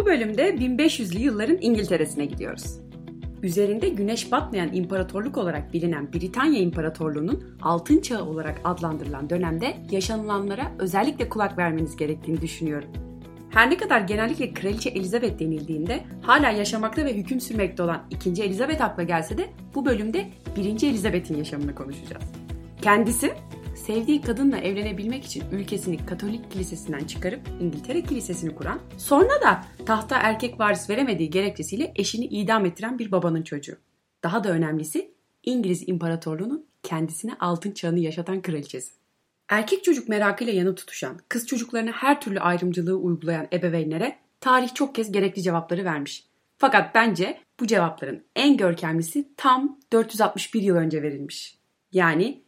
Bu bölümde 1500'lü yılların İngiltere'sine gidiyoruz. Üzerinde güneş batmayan imparatorluk olarak bilinen Britanya İmparatorluğu'nun altın çağı olarak adlandırılan dönemde yaşanılanlara özellikle kulak vermeniz gerektiğini düşünüyorum. Her ne kadar genellikle Kraliçe Elizabeth denildiğinde hala yaşamakta ve hüküm sürmekte olan 2. Elizabeth akla gelse de bu bölümde 1. Elizabeth'in yaşamını konuşacağız. Kendisi sevdiği kadınla evlenebilmek için ülkesini Katolik kilisesinden çıkarıp İngiltere kilisesini kuran, sonra da tahta erkek varis veremediği gerekçesiyle eşini idam ettiren bir babanın çocuğu. Daha da önemlisi İngiliz İmparatorluğu'nun kendisine altın çağını yaşatan kraliçesi. Erkek çocuk merakıyla yanıp tutuşan, kız çocuklarına her türlü ayrımcılığı uygulayan ebeveynlere tarih çok kez gerekli cevapları vermiş. Fakat bence bu cevapların en görkemlisi tam 461 yıl önce verilmiş. Yani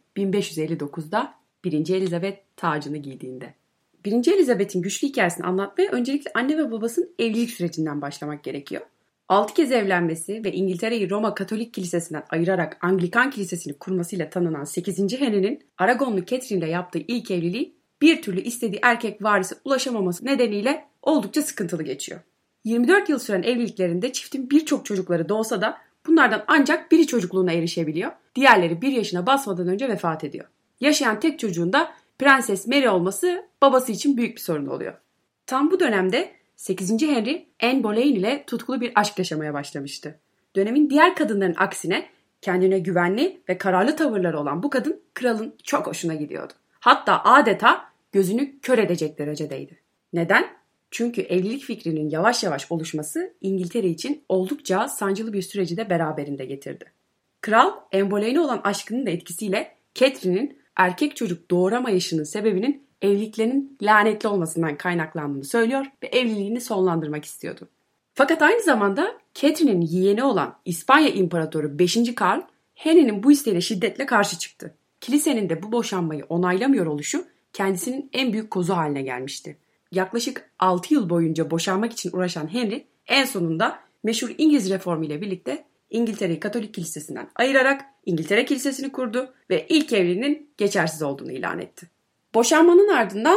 1559'da 1. Elizabeth tacını giydiğinde. 1. Elizabeth'in güçlü hikayesini anlatmaya öncelikle anne ve babasının evlilik sürecinden başlamak gerekiyor. 6 kez evlenmesi ve İngiltere'yi Roma Katolik Kilisesi'nden ayırarak Anglikan Kilisesi'ni kurmasıyla tanınan 8. Henry'nin Aragonlu Catherine ile yaptığı ilk evliliği bir türlü istediği erkek varisi ulaşamaması nedeniyle oldukça sıkıntılı geçiyor. 24 yıl süren evliliklerinde çiftin birçok çocukları doğsa da bunlardan ancak biri çocukluğuna erişebiliyor. Diğerleri 1 yaşına basmadan önce vefat ediyor. Yaşayan tek çocuğun da Prenses Mary olması babası için büyük bir sorun oluyor. Tam bu dönemde 8. Henry Anne Boleyn ile tutkulu bir aşk yaşamaya başlamıştı. Dönemin diğer kadınların aksine kendine güvenli ve kararlı tavırları olan bu kadın kralın çok hoşuna gidiyordu. Hatta adeta gözünü kör edecek derecedeydi. Neden? Çünkü evlilik fikrinin yavaş yavaş oluşması İngiltere için oldukça sancılı bir süreci de beraberinde getirdi. Kral Anne Boleyn'e olan aşkının da etkisiyle Catherine'in erkek çocuk doğuramayışının sebebinin evliliklerinin lanetli olmasından kaynaklandığını söylüyor ve evliliğini sonlandırmak istiyordu. Fakat aynı zamanda Catherine'in yeğeni olan İspanya İmparatoru 5. Karl, Henry'nin bu isteğine şiddetle karşı çıktı. Kilisenin de bu boşanmayı onaylamıyor oluşu kendisinin en büyük kozu haline gelmişti. Yaklaşık 6 yıl boyunca boşanmak için uğraşan Henry en sonunda meşhur İngiliz reformu ile birlikte İngiltere'yi Katolik Kilisesi'nden ayırarak İngiltere Kilisesi'ni kurdu ve ilk evliliğinin geçersiz olduğunu ilan etti. Boşanmanın ardından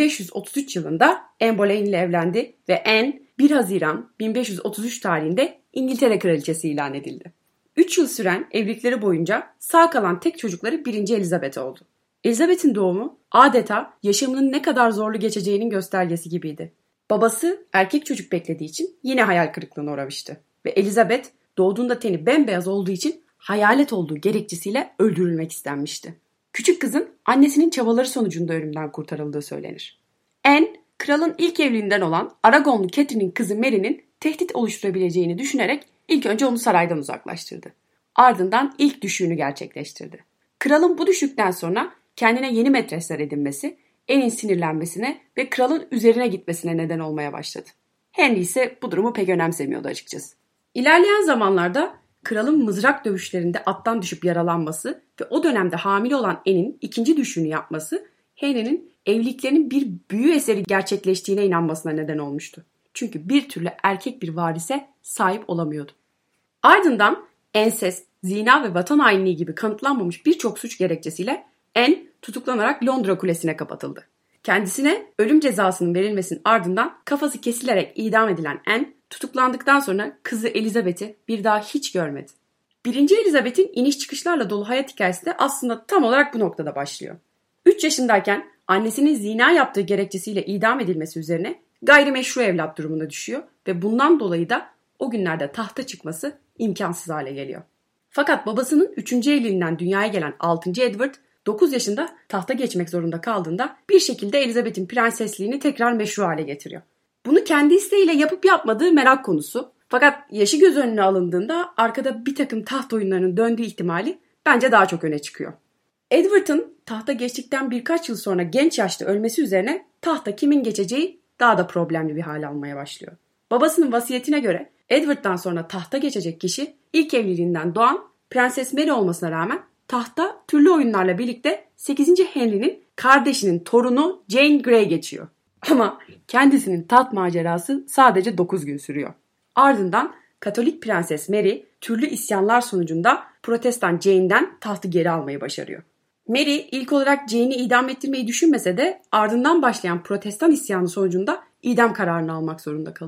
1533 yılında Anne Boleyn ile evlendi ve Anne 1 Haziran 1533 tarihinde İngiltere Kraliçesi ilan edildi. 3 yıl süren evlilikleri boyunca sağ kalan tek çocukları 1. Elizabeth oldu. Elizabeth'in doğumu adeta yaşamının ne kadar zorlu geçeceğinin göstergesi gibiydi. Babası erkek çocuk beklediği için yine hayal kırıklığına uğramıştı ve Elizabeth doğduğunda teni bembeyaz olduğu için hayalet olduğu gerekçesiyle öldürülmek istenmişti. Küçük kızın annesinin çabaları sonucunda ölümden kurtarıldığı söylenir. Anne, kralın ilk evliliğinden olan Aragonlu Catherine'in kızı Mary'nin tehdit oluşturabileceğini düşünerek ilk önce onu saraydan uzaklaştırdı. Ardından ilk düşüğünü gerçekleştirdi. Kralın bu düşükten sonra kendine yeni metresler edinmesi, Anne'in sinirlenmesine ve kralın üzerine gitmesine neden olmaya başladı. Henry ise bu durumu pek önemsemiyordu açıkçası. İlerleyen zamanlarda kralın mızrak dövüşlerinde attan düşüp yaralanması ve o dönemde hamile olan Anne'in ikinci düşüğünü yapması Henry'nin evliliklerinin bir büyü eseri gerçekleştiğine inanmasına neden olmuştu. Çünkü bir türlü erkek bir varise sahip olamıyordu. Ardından ensest, zina ve vatan hainliği gibi kanıtlanmamış birçok suç gerekçesiyle Anne tutuklanarak Londra Kulesi'ne kapatıldı. Kendisine ölüm cezasının verilmesinin ardından kafası kesilerek idam edilen Anne, tutuklandıktan sonra kızı Elizabeth'i bir daha hiç görmedi. 1. Elizabeth'in iniş çıkışlarla dolu hayat hikayesi de aslında tam olarak bu noktada başlıyor. 3 yaşındayken annesinin zina yaptığı gerekçesiyle idam edilmesi üzerine gayrimeşru evlat durumuna düşüyor ve bundan dolayı da o günlerde tahta çıkması imkansız hale geliyor. Fakat babasının 3. evliliğinden dünyaya gelen 6. Edward 9 yaşında tahta geçmek zorunda kaldığında bir şekilde Elizabeth'in prensesliğini tekrar meşru hale getiriyor. Bunu kendi isteğiyle yapıp yapmadığı merak konusu. Fakat yaşı göz önüne alındığında arkada bir takım taht oyunlarının döndüğü ihtimali bence daha çok öne çıkıyor. Edward'ın tahta geçtikten birkaç yıl sonra genç yaşta ölmesi üzerine tahta kimin geçeceği daha da problemli bir hale almaya başlıyor. Babasının vasiyetine göre Edward'dan sonra tahta geçecek kişi ilk evliliğinden doğan Prenses Mary olmasına rağmen tahta türlü oyunlarla birlikte 8. Henry'nin kardeşinin torunu Jane Grey geçiyor. Ama kendisinin taht macerası sadece 9 gün sürüyor. Ardından Katolik Prenses Mary türlü isyanlar sonucunda Protestan Jane'den tahtı geri almayı başarıyor. Mary ilk olarak Jane'i idam ettirmeyi düşünmese de ardından başlayan Protestan isyanı sonucunda idam kararını almak zorunda kalıyor.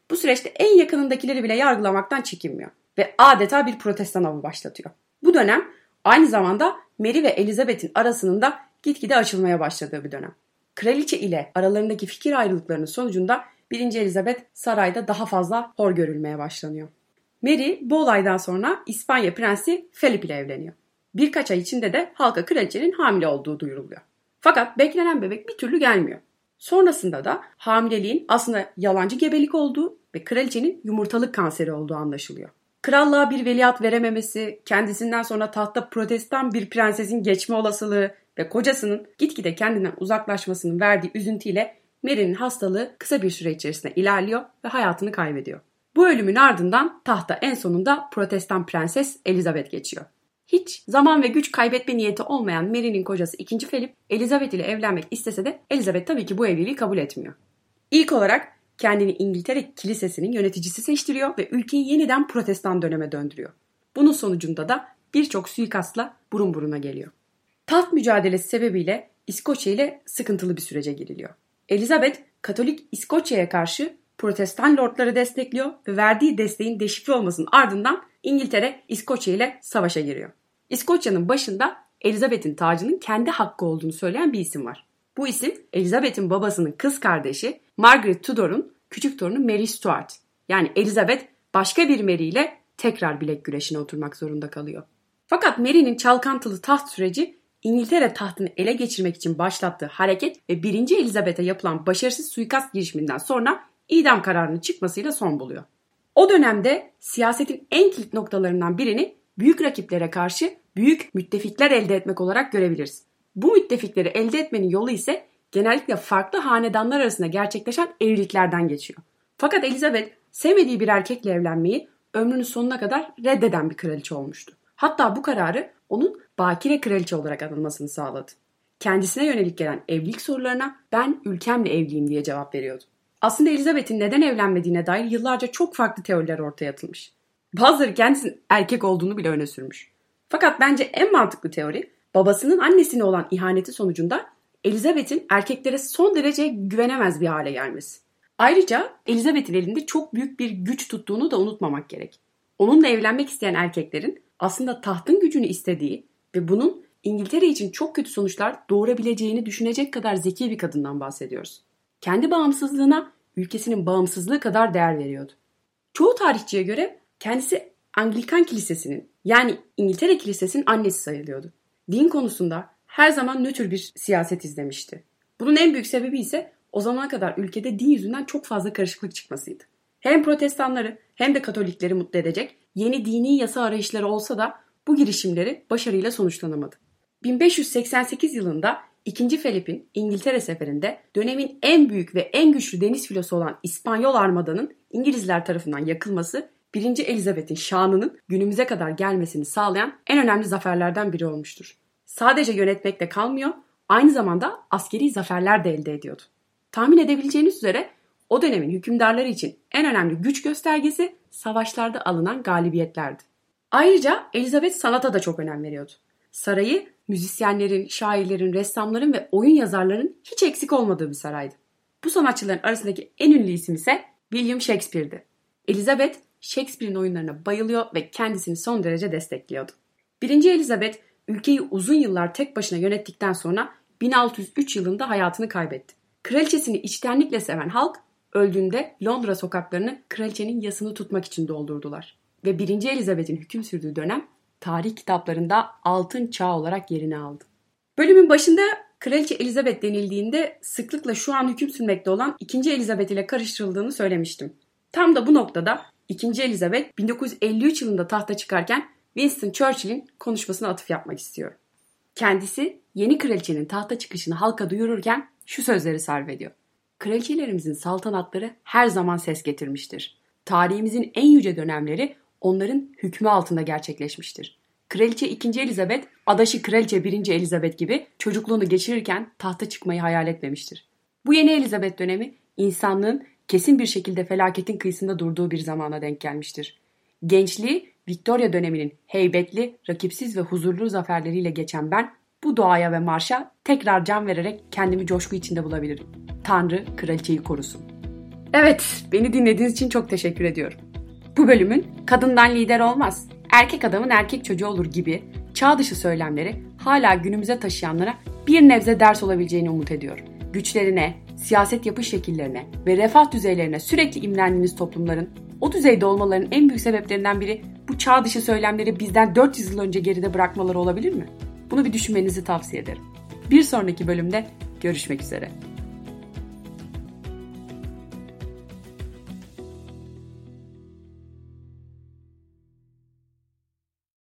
Bu süreçte en yakınındakileri bile yargılamaktan çekinmiyor ve adeta bir protestan avı başlatıyor. Bu dönem aynı zamanda Mary ve Elizabeth'in arasının da gitgide açılmaya başladığı bir dönem. Kraliçe ile aralarındaki fikir ayrılıklarının sonucunda 1. Elizabeth sarayda daha fazla hor görülmeye başlanıyor. Mary bu olaydan sonra İspanya Prensi Philip ile evleniyor. Birkaç ay içinde de halka kraliçenin hamile olduğu duyuruluyor. Fakat beklenen bebek bir türlü gelmiyor. Sonrasında da hamileliğin aslında yalancı gebelik olduğu ve kraliçenin yumurtalık kanseri olduğu anlaşılıyor. Krallığa bir veliaht verememesi, kendisinden sonra tahta protestan bir prensesin geçme olasılığı ve kocasının gitgide kendinden uzaklaşmasının verdiği üzüntüyle Mary'nin hastalığı kısa bir süre içerisinde ilerliyor ve hayatını kaybediyor. Bu ölümün ardından tahta en sonunda protestan prenses Elizabeth geçiyor. Hiç zaman ve güç kaybetme niyeti olmayan Mary'nin kocası 2. Philip, Elizabeth ile evlenmek istese de Elizabeth tabii ki bu evliliği kabul etmiyor. İlk olarak kendini İngiltere Kilisesi'nin yöneticisi seçtiriyor ve ülkeyi yeniden protestan döneme döndürüyor. Bunun sonucunda da birçok suikastla burun buruna geliyor. Taht mücadelesi sebebiyle İskoçya ile sıkıntılı bir sürece giriliyor. Elizabeth, Katolik İskoçya'ya karşı protestan lordları destekliyor ve verdiği desteğin deşifre olmasının ardından İngiltere İskoçya ile savaşa giriyor. İskoçya'nın başında Elizabeth'in tacının kendi hakkı olduğunu söyleyen bir isim var. Bu isim Elizabeth'in babasının kız kardeşi Margaret Tudor'un küçük torunu Mary Stuart. Yani Elizabeth başka bir Mary ile tekrar bilek güreşine oturmak zorunda kalıyor. Fakat Mary'nin çalkantılı taht süreci İngiltere tahtını ele geçirmek için başlattığı hareket ve 1. Elizabeth'e yapılan başarısız suikast girişiminden sonra idam kararının çıkmasıyla son buluyor. O dönemde siyasetin en kilit noktalarından birini büyük rakiplere karşı büyük müttefikler elde etmek olarak görebiliriz. Bu müttefikleri elde etmenin yolu ise genellikle farklı hanedanlar arasında gerçekleşen evliliklerden geçiyor. Fakat Elizabeth sevmediği bir erkekle evlenmeyi ömrünün sonuna kadar reddeden bir kraliçe olmuştu. Hatta bu kararı onun bakire kraliçe olarak anılmasını sağladı. Kendisine yönelik gelen evlilik sorularına ben ülkemle evliyim diye cevap veriyordu. Aslında Elizabeth'in neden evlenmediğine dair yıllarca çok farklı teoriler ortaya atılmış. Bazıları kendisinin erkek olduğunu bile öne sürmüş. Fakat bence en mantıklı teori babasının annesine olan ihaneti sonucunda Elizabeth'in erkeklere son derece güvenemez bir hale gelmesi. Ayrıca Elizabeth'in elinde çok büyük bir güç tuttuğunu da unutmamak gerek. Onunla evlenmek isteyen erkeklerin aslında tahtın gücünü istediği ve bunun İngiltere için çok kötü sonuçlar doğurabileceğini düşünecek kadar zeki bir kadından bahsediyoruz. Kendi bağımsızlığına ülkesinin bağımsızlığı kadar değer veriyordu. Çoğu tarihçiye göre kendisi Anglikan Kilisesi'nin yani İngiltere Kilisesi'nin annesi sayılıyordu. Din konusunda her zaman nötr bir siyaset izlemişti. Bunun en büyük sebebi ise o zamana kadar ülkede din yüzünden çok fazla karışıklık çıkmasıydı. Hem protestanları hem de Katolikleri mutlu edecek yeni dini yasa arayışları olsa da bu girişimleri başarıyla sonuçlanamadı. 1588 yılında 2. Philip'in İngiltere seferinde dönemin en büyük ve en güçlü deniz filosu olan İspanyol armadanın İngilizler tarafından yakılması 1. Elizabeth'in şanının günümüze kadar gelmesini sağlayan en önemli zaferlerden biri olmuştur. Sadece yönetmekle kalmıyor, aynı zamanda askeri zaferler de elde ediyordu. Tahmin edebileceğiniz üzere o dönemin hükümdarları için en önemli güç göstergesi savaşlarda alınan galibiyetlerdi. Ayrıca Elizabeth sanata da çok önem veriyordu. Sarayı müzisyenlerin, şairlerin, ressamların ve oyun yazarlarının hiç eksik olmadığı bir saraydı. Bu sanatçıların arasındaki en ünlü isim ise William Shakespeare'di. Elizabeth Shakespeare'in oyunlarına bayılıyor ve kendisini son derece destekliyordu. 1. Elizabeth ülkeyi uzun yıllar tek başına yönettikten sonra 1603 yılında hayatını kaybetti. Kraliçesini içtenlikle seven halk öldüğünde Londra sokaklarını kraliçenin yasını tutmak için doldurdular. Ve 1. Elizabeth'in hüküm sürdüğü dönem tarih kitaplarında altın çağ olarak yerini aldı. Bölümün başında Kraliçe Elizabeth denildiğinde sıklıkla şu an hüküm sürmekte olan 2. Elizabeth ile karıştırıldığını söylemiştim. Tam da bu noktada 2. Elizabeth 1953 yılında tahta çıkarken Winston Churchill'in konuşmasına atıf yapmak istiyor. Kendisi yeni kraliçenin tahta çıkışını halka duyururken şu sözleri sarf ediyor. Kraliçelerimizin saltanatları her zaman ses getirmiştir. Tarihimizin en yüce dönemleri onların hükmü altında gerçekleşmiştir. Kraliçe 2. Elizabeth, adaşı Kraliçe 1. Elizabeth gibi çocukluğunu geçirirken tahta çıkmayı hayal etmemiştir. Bu yeni Elizabeth dönemi insanlığın kesin bir şekilde felaketin kıyısında durduğu bir zamana denk gelmiştir. Gençliği Victoria döneminin heybetli, rakipsiz ve huzurlu zaferleriyle geçen ben bu doğaya ve marşa tekrar can vererek kendimi coşku içinde bulabilirim. Tanrı kraliçeyi korusun. Evet, beni dinlediğiniz için çok teşekkür ediyorum. Bu bölümün kadından lider olmaz, erkek adamın erkek çocuğu olur gibi çağ dışı söylemleri hala günümüze taşıyanlara bir nebze ders olabileceğini umut ediyorum. Güçlerine, siyaset yapış şekillerine ve refah düzeylerine sürekli imrendiğimiz toplumların o düzeyde olmalarının en büyük sebeplerinden biri bu çağ dışı söylemleri bizden 400 yıl önce geride bırakmaları olabilir mi? Bunu bir düşünmenizi tavsiye ederim. Bir sonraki bölümde görüşmek üzere.